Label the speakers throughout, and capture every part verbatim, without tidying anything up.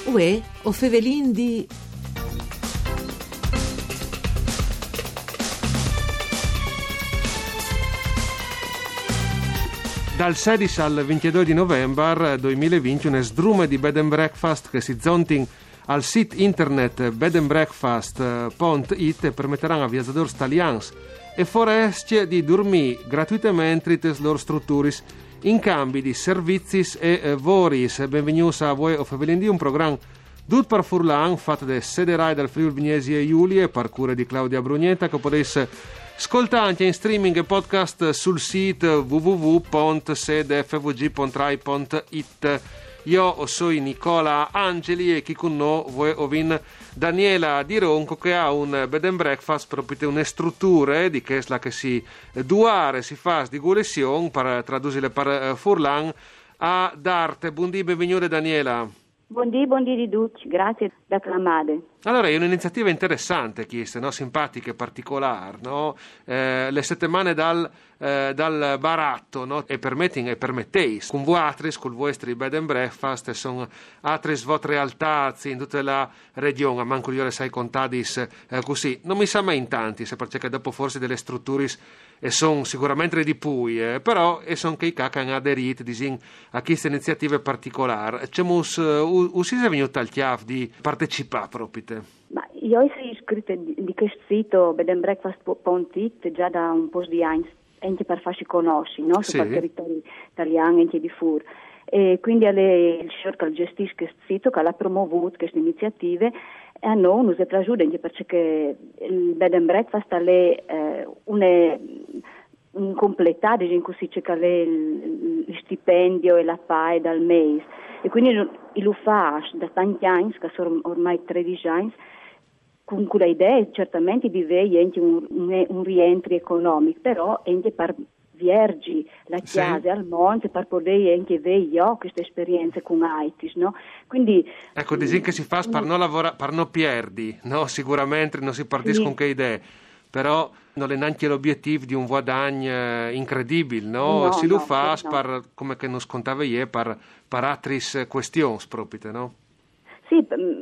Speaker 1: Uè, o fevelin di...
Speaker 2: Dal sedici al ventidue di novembre duemilaventi un sdrume di bed and breakfast che si zontin al sito internet bed and breakfast punto it e permetteranno a viaggiatori italiani e foresti di dormire gratuitamente nelle loro strutture in cambio di servizi e eh, voris. Benvenuti a voi o Fevelin di un programma tutto per Furlan fatto da Sederai dal Friuli Vignesi e Giulie per cura di Claudia Brugnetta che potesse ascoltare anche in streaming e podcast sul sito w w w punto sedfvg punto rai punto it. Io sono Nicola Angeli e chi con noi voi ovin Daniela Di Ronco che ha un bed and breakfast proprio una struttura di che la che si duare si fa di gulesion per tradurre per Furlan a d'arte. Buondì, benvenuta Daniela.
Speaker 3: Buondì, buondì di tutti, grazie da Clamade.
Speaker 2: Allora, è un'iniziativa interessante, questa, no? Simpatica e particolare, no? Eh, le settimane dal, eh, dal baratto, no? E permettete, e permetteis, con voi altri, con i vostri bed and breakfast, sono altre svolte realtà in tutta la regione, manco io le sai contadis eh, così. Non mi sa mai in tanti, se perché dopo forse delle strutture e sono sicuramente di pui, eh, però e sono che i cacca hanno aderito disin, a queste iniziative particolari. C'è mus, uh, uh, si è venuto al chiave di partecipare proprio.
Speaker 3: Ma io sono iscritta di, di questo sito bed and breakfast punto it già da un po' di anni, anche per farci conoscere, no? Sul sì. Territorio italiano, anche di Fur. E quindi è il signor che gestisce questo sito, che ha promovuto queste iniziative, e a noi non si piaciuta anche perché il bed and breakfast è eh, una un completato, in cui si dice che è il, il stipendio e la paga dal mese. E quindi lo fa da tanti anni, che sono ormai tredici anni, con quella idea certamente di avere anche un, un, un rientro economico, però anche per viergi la chiesa sì. Al monte, per poter anche avere io queste esperienze con aitis, no? Quindi
Speaker 2: ecco, dici che si fa per non lavorare, per non perdi, no? Sicuramente non si partisce sì. Con che idee, però non è neanche l'obiettivo di un guadagno incredibile, no?
Speaker 3: no
Speaker 2: si lo
Speaker 3: no,
Speaker 2: fa
Speaker 3: no.
Speaker 2: per, come che non scontava ieri, per, per altre questioni proprio, no?
Speaker 3: Sì,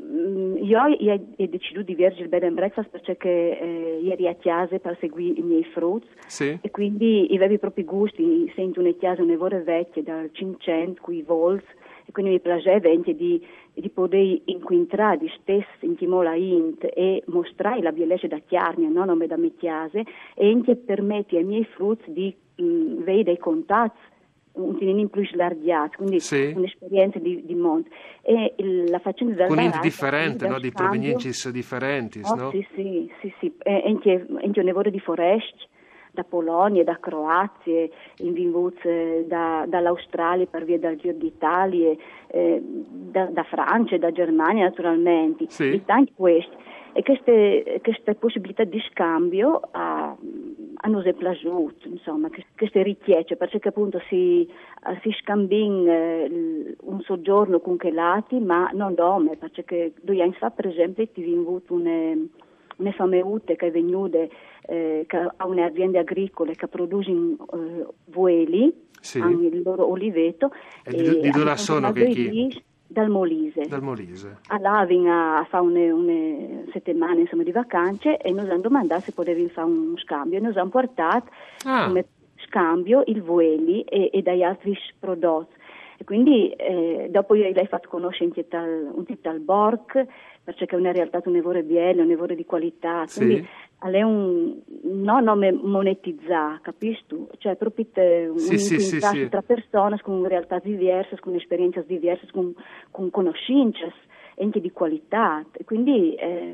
Speaker 3: io ho deciso di avere il bed and breakfast perché eh, ieri a chiesa per seguire i miei frutti
Speaker 2: sì.
Speaker 3: E quindi avevo proprio gusti, sento una chiesa un'evore vecchia dal cinquecento, con i vols, e quindi mi piaceva anche di, di poter incontrare di stesso in Timola Int e mostrare la bellezza da chiarnia, non come da mie chiese, e anche permettere ai miei frutti di mh, avere dei contatti un tinino più slargiato, quindi
Speaker 2: sì.
Speaker 3: Un'esperienza di, di mondo. E il, la faccenda del
Speaker 2: con
Speaker 3: baratto,
Speaker 2: differente, no? Di provenienze differenti,
Speaker 3: oh,
Speaker 2: no?
Speaker 3: Sì, sì, sì, sì. E anche, anche un lavoro di foreste, da Polonia, da Croazia, in vinvuti da, dall'Australia per via del Giro d'Italia, eh, da, da Francia, da Germania naturalmente,
Speaker 2: sì.
Speaker 3: Di tanti questi. E queste, queste possibilità di scambio a, a noi è piaciuto, insomma, queste richieste, perché appunto si, si scambia eh, un soggiorno con che lati, ma non dome, perché due anni fa, per esempio, ti è avuto una, una famiglia che è venuta, eh, che ha un'azienda agricola che produce eh, vueli,
Speaker 2: sì.
Speaker 3: Hanno il loro oliveto.
Speaker 2: E, e di, di dove sono che chi?
Speaker 3: Dal Molise.
Speaker 2: Dal Molise.
Speaker 3: Allora a fare una, una settimana insomma, di vacanze e noi hanno domandato se potevi fare un scambio e noi hanno portato
Speaker 2: ah.
Speaker 3: come scambio il vueli e, e dagli altri prodotti. E quindi eh, dopo io l'ho fatto conoscere un tal, un tal Bork, perché è una realtà un lavoro bello, un lavoro di qualità, quindi
Speaker 2: sì.
Speaker 3: è un non nome monetizzare, capisci tu? Cioè proprio te, un
Speaker 2: sì, sì, sì, sì.
Speaker 3: tra persone con realtà diverse, con esperienze diverse, con, con conoscenze anche di qualità. E quindi eh,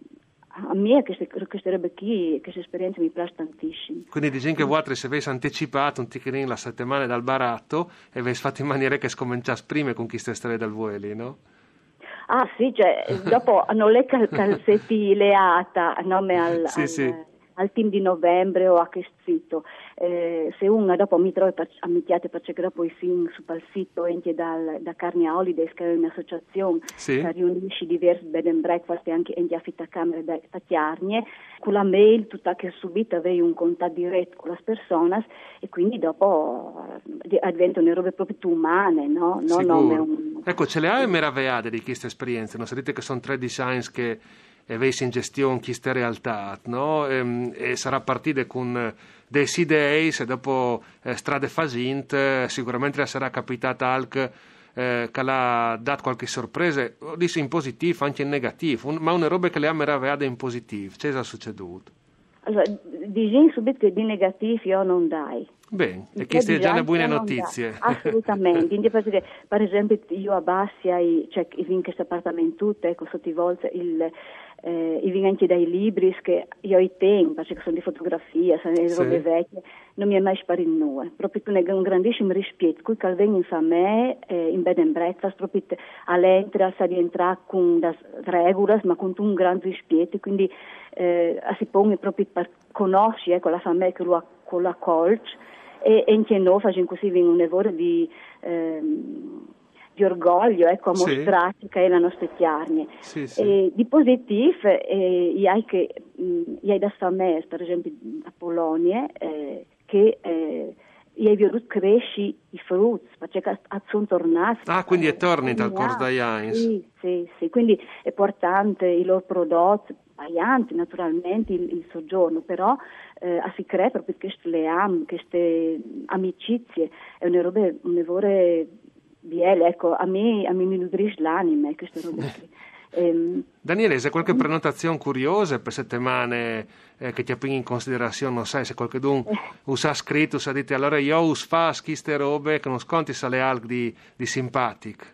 Speaker 3: a me queste, queste robe qui, queste esperienze mi piace tantissimo.
Speaker 2: Quindi dici che voi se avete anticipato un ticcherino la settimana dal baratto e avete fatto in maniera che scominciasse prima con queste storie dal vueli, no?
Speaker 3: Ah sì, cioè dopo hanno le cal- calzetti leata a nome al,
Speaker 2: sì,
Speaker 3: al
Speaker 2: sì.
Speaker 3: al team di novembre o a che sito. Eh, se uno dopo mi trova a mittiate perché dopo i film su quel sito anche dal, da Carnia Holidays, che è un'associazione
Speaker 2: sì.
Speaker 3: che riunisce diversi bed and breakfast e anche in affittacamere da Tatiarnie, con la mail tutta che subito avevi un contatto diretto con le persone e quindi dopo eh, diventano robe proprio umane, no? No, no, un...
Speaker 2: Ecco, ce le hai meravigliate di queste esperienze, no? Sapete che sono tre design che avessi in gestione queste realtà, no? E, e sarà partita con dei C D As e dopo eh, strade fasint, eh, sicuramente sarà capitata anche eh, che l'ha dato qualche sorpresa, dice in positivo, anche in negativo, un, ma una roba che le ha meravigliate in positivo. Che è succeduto?
Speaker 3: Allora, dici subito che di negativo io non dai.
Speaker 2: Bene, e queste sono già le buone notizie.
Speaker 3: Assolutamente, perché, per esempio io a Bassia, cioè in questo appartamento, ecco, sotto i volti, il, eh, i vinti dai libri che io i tengo, perché sono di fotografia, sono di robe sì. vecchie, non mi è mai sparito nulla. Proprio un grandissimo rispetto, qui che vengono a me, eh, in bed and breakfast, proprio all'entrata, sa di entrare con le regole, ma con un grande rispetto, quindi eh, si pone proprio per conoscere, ecco, la famiglia che lo ha con la colch, e anche noi facciamo così un lavoro di, ehm, di orgoglio, ecco, a mostrare sì. che è la nostra chiarne.
Speaker 2: Sì, sì.
Speaker 3: E di positivo, eh, io hai che, io hai da famiglie, per esempio a Polonia, eh, che eh, io ho veduto crescere i frutti, perché sono tornati.
Speaker 2: Ah, quindi è tornati dal corso dagli anni.
Speaker 3: Sì, sì, sì, quindi è importante i loro prodotti, pagante naturalmente il, il soggiorno, però eh, si crea proprio queste leam, queste amicizie, è una roba, un lavoro biele, ecco, a me, a me mi nutrisce l'anima, queste robe qui. ehm,
Speaker 2: Daniele, se qualche prenotazione curiosa per settimane eh, che ti ha preso in considerazione, non sai se qualcuno eh. usa scritto, sa dite allora io us fa queste robe che non sconti sale algo di, di simpatico.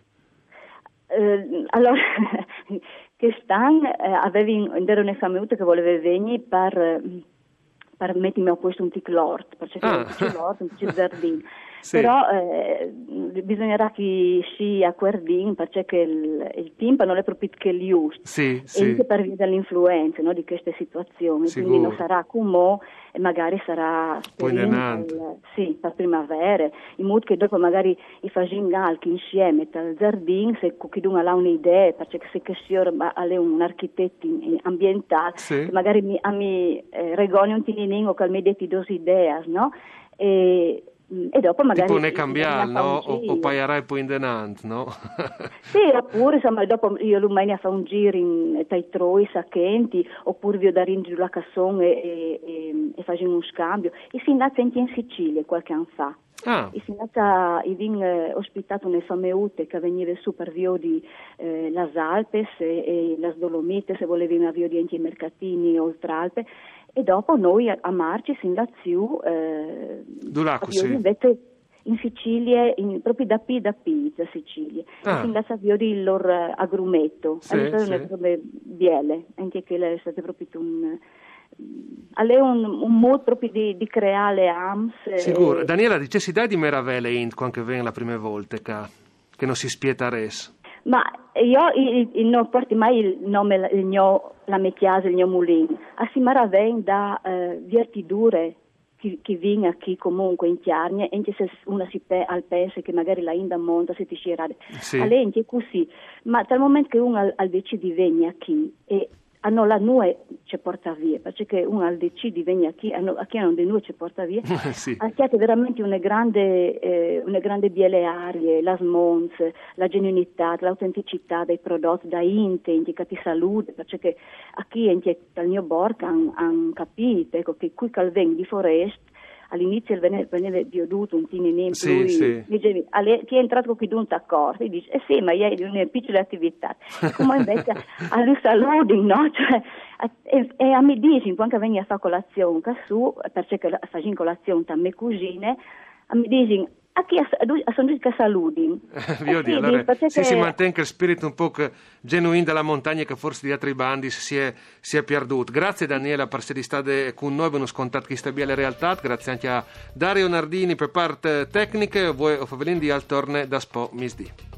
Speaker 3: Eh, allora quest'anno eh, avevi era un esame che voleva venire per, per mettermi a questo un tic lord, perché ah. un tic lord, un tic giardino. Sì. Però eh, bisognerà che sia a Querdin perché il, il tempo non è proprio che giusto
Speaker 2: sì,
Speaker 3: e
Speaker 2: sì.
Speaker 3: anche per via dell'influenza, no, di queste situazioni. Sicuro. Quindi non sarà come e magari sarà
Speaker 2: per,
Speaker 3: sì, per primavera in modo che dopo magari i facciamo anche insieme dal giardino se qualcuno ha un'idea perché se che si è un architetto ambientale
Speaker 2: sì.
Speaker 3: che magari mi, mi eh, regoni un tininino che mi detti due idee, no? E E dopo magari
Speaker 2: tipo ne cambiare, no? O, o paierai poi in denant, no?
Speaker 3: Sì, oppure insomma dopo io l'umani a fare un giro in tai troi sacchenti, oppure vi ho da ringere la cassone e, e, e facciamo un scambio. E si è andata anche in Sicilia qualche anno fa.
Speaker 2: Ah.
Speaker 3: E si è andata, e vin eh, ospitato una fameute che veniva su per via di eh, las Alpes e, e las Dolomite, se volevi una via di anche i mercatini oltre Alpe. E dopo noi a, a marzo si andaziù eh, invece in Sicilia, in, proprio da P da P da Sicilia, ah. si andava a vedere il loro agrumetto,
Speaker 2: sì,
Speaker 3: è stato
Speaker 2: sì.
Speaker 3: una biele, anche che è stato proprio un è un, un modo proprio di, di creare ams.
Speaker 2: Sicuro.
Speaker 3: E...
Speaker 2: Daniela, dicessi dai di meravelle in quando viene la prima volta che, che non si spieta res.
Speaker 3: Ma io, io, io non porto mai il nome, il mio, la mia chiesa, il mio mulino. A si maraviglia da uh, vertidure che, che viene qui comunque in Chiarnia, anche se una si pe, al pensa che magari la inda monta, se ti scira.
Speaker 2: Sì.
Speaker 3: All'ente è così. Ma dal momento che uno al, al decide di venire qui e hanno la nube ci porta via, perché uno al decide di venire qui, a chi hanno di noi ci porta via,
Speaker 2: sì.
Speaker 3: Abbiate veramente una grande, eh, una grande biele arie, la smons, la genuinità, l'autenticità dei prodotti da inte, indicati salute, perché a chi è dal mio borgo hanno capito ecco, che qui che vengono di foresta all'inizio veniva veduto un tinino in
Speaker 2: sì,
Speaker 3: più,
Speaker 2: sì.
Speaker 3: dicevi, ti è entrato con chi d'un d'accordo, e dici, eh sì, ma hai una piccola attività, come invece allo saluding, no? Cioè, e, e a me dici, quando veni a fare colazione, che su, perché faccio colazione da mie cugine, a me dici, a chi sono tutti che saludi?
Speaker 2: Vi
Speaker 3: eh sì,
Speaker 2: allora,
Speaker 3: perché...
Speaker 2: se si mantenga il spirito un po' genuino della montagna che forse di altri bandi si è, si è perduto. Grazie Daniela per essere stata con noi, abbiamo scontato questa bella realtà, grazie anche a Dario Nardini per parte tecnica, voi o Favelin di Altorne da Spo Misdi.